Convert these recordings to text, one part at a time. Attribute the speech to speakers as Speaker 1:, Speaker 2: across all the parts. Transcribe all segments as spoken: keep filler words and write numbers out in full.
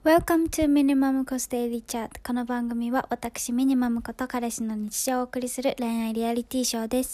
Speaker 1: Welcome to Minimum Co's Daily Chat。 この番組は私ミニマムこと彼氏の日常をお送りする恋愛リアリティショーです。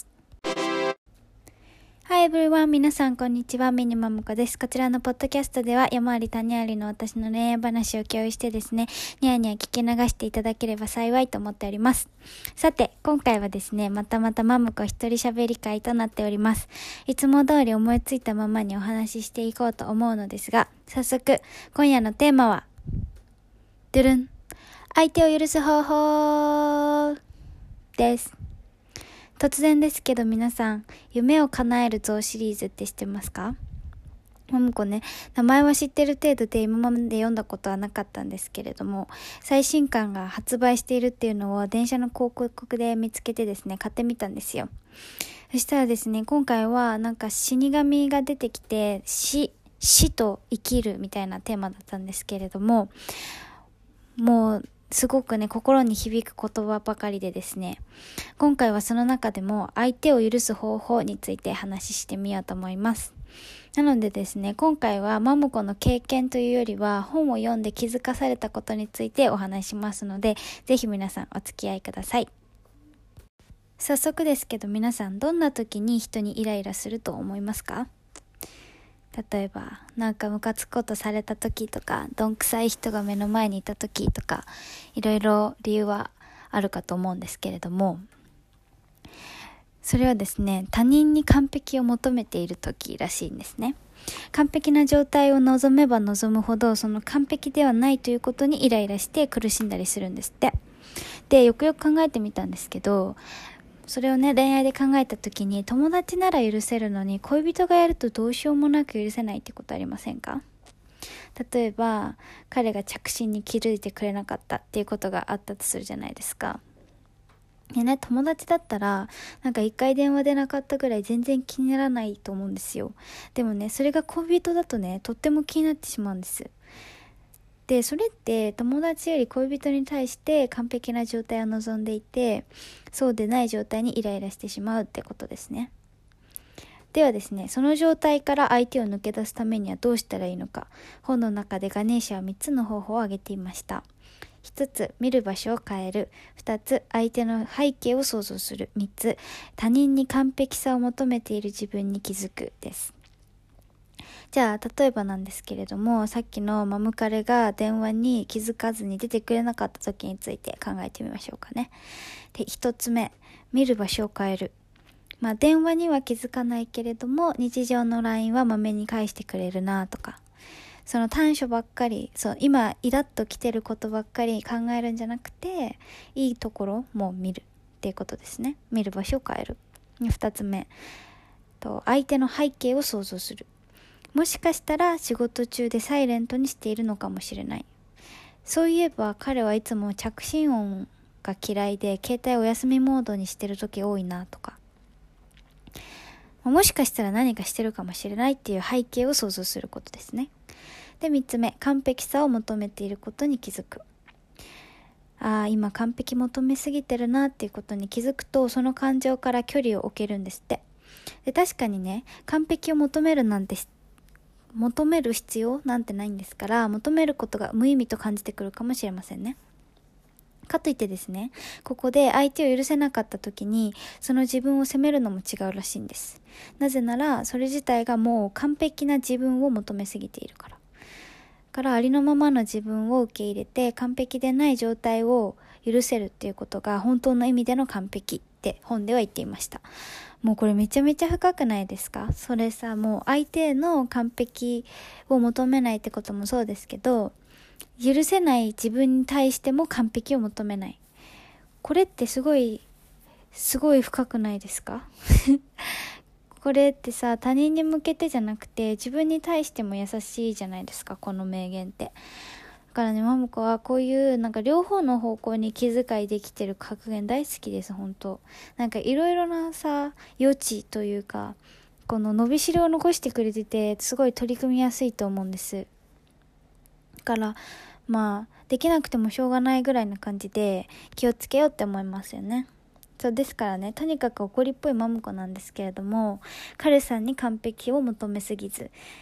Speaker 1: Hi everyone、 皆さんこんにちは、ミニマムコです。こちらのポッドキャストでは山あり谷ありの私の恋愛話を共有してですね、ニヤニヤ聞き流していただければ幸いと思っております。さて今回はですね、またまたマムコ一人喋り会となっております。いつも通り思いついたままにお話ししていこうと思うのですが、早速今夜のテーマはドゥルン、相手を許す方法です。突然ですけど皆さん、夢を叶える像シリーズって知ってますか？マムコね、名前は知ってる程度で今まで読んだことはなかったんですけれども、最新刊が発売しているっていうのを電車の広告で見つけてですね、買ってみたんですよ。そしたらですね、今回はなんか死神が出てきて、死、死と生きるみたいなテーマだったんですけれども、もうすごくね、心に響く言葉ばかりでですね、今回はその中でも相手を許す方法について話してみようと思います。なのでですね、今回はマムコの経験というよりは本を読んで気づかされたことについてお話しますので、ぜひ皆さんお付き合いください。早速ですけど皆さん、どんな時に人にイライラすると思いますか？例えばなんかムカつくことされた時とか、どんくさい人が目の前にいた時とか、いろいろ理由はあるかと思うんですけれども、それはですね、他人に完璧を求めている時らしいんですね。完璧な状態を望めば望むほど、その完璧ではないということにイライラして苦しんだりするんですって。で、よくよく考えてみたんですけど、それをね、恋愛で考えた時に、友達なら許せるのに恋人がやるとどうしようもなく許せないってことありませんか？例えば彼が着信に気づいてくれなかったっていうことがあったとするじゃないですか。でね、友達だったらなんか一回電話出なかったぐらい全然気にならないと思うんですよ。でもね、それが恋人だとね、とっても気になってしまうんです。で、それって友達より恋人に対して完璧な状態を望んでいて、そうでない状態にイライラしてしまうってことですね。ではですね、その状態から相手を抜け出すためにはどうしたらいいのか、本の中でガネーシャはみっつの方法を挙げていました。ひとつ、見る場所を変える。ふたつ、相手の背景を想像する。みっつ、他人に完璧さを求めている自分に気づくです。じゃあ例えばなんですけれども、さっきのマムカレが電話に気づかずに出てくれなかった時について考えてみましょうかね。で、一つ目、見る場所を変える。まあ電話には気づかないけれども、日常の ライン はまめに返してくれるなとか、その短所ばっかり、そう今イラッときてることばっかり考えるんじゃなくて、いいところも見るっていうことですね。見る場所を変える。二つ目と、相手の背景を想像する。もしかしたら仕事中でサイレントにしているのかもしれない。そういえば彼はいつも着信音が嫌いで携帯お休みモードにしてる時多いなとか、もしかしたら何かしてるかもしれないっていう背景を想像することですね。で、みっつめ、完璧さを求めていることに気づく。ああ、今完璧求めすぎてるなっていうことに気づくと、その感情から距離を置けるんですって。で、確かにね、完璧を求めるなんて求める必要なんてないんですから、求めることが無意味と感じてくるかもしれませんね。かといってですね、ここで相手を許せなかった時にその自分を責めるのも違うらしいんです。なぜならそれ自体がもう完璧な自分を求めすぎているから。からありのままの自分を受け入れて、完璧でない状態を許せるっていうことが本当の意味での完璧って本では言っていました。もうこれめちゃめちゃ深くないですか？それさ、もう相手の完璧を求めないってこともそうですけど、許せない自分に対しても完璧を求めない。これってすごいすごい深くないですか？これってさ、他人に向けてじゃなくて自分に対しても優しいじゃないですか、この名言って。だからね、マムコはこういうなんか両方の方向に気遣いできてる格言大好きです。本当なんかいろいろなさ、余地というか、この伸びしろを残してくれてて、すごい取り組みやすいと思うんです。だからまあできなくてもしょうがないぐらいな感じで気をつけようって思いますよね。そうですからね、とにかく怒りっぽいマムコなんですけれども、彼さんに完璧を求めすぎず、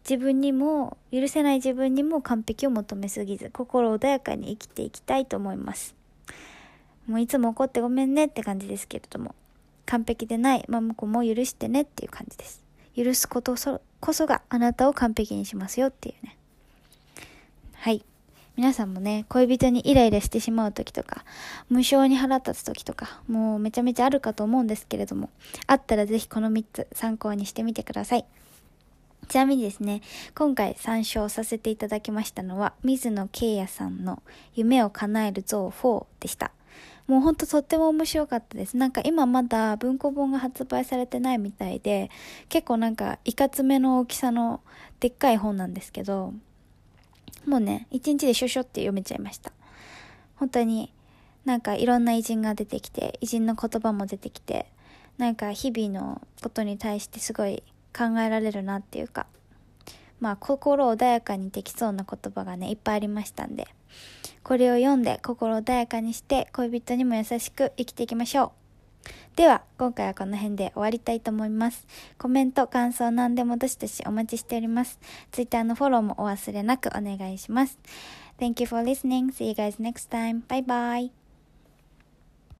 Speaker 1: 自分にも、許せない自分にも完璧を求めすぎず、心穏やかに生きていきたいと思います。もういつも怒ってごめんねって感じですけれども、完璧でないマムコも許してねっていう感じです。許すことこそがあなたを完璧にしますよっていうね。はい。皆さんもね、恋人にイライラしてしまう時とか、無性に腹立つ時とか、もうめちゃめちゃあるかと思うんですけれども、あったらぜひこのみっつ参考にしてみてください。ちなみにですね、今回参照させていただきましたのは、水野慶也さんの夢を叶える像フォーでした。もうほんととっても面白かったです。なんか今まだ文庫本が発売されてないみたいで、結構なんかいかつめの大きさのでっかい本なんですけど、もうね、一日でシュシュって読めちゃいました。本当になんかいろんな偉人が出てきて、偉人の言葉も出てきて、なんか日々のことに対してすごい考えられるなっていうか、まあ心穏やかにできそうな言葉がねいっぱいありましたんで、これを読んで心穏やかにして恋人にも優しく生きていきましょう。では今回はこの辺で終わりたいと思います。コメント感想何でもどしどしお待ちしております。Twitter のフォローもお忘れなくお願いします。 Thank you for listening. See you guys next time. Bye bye.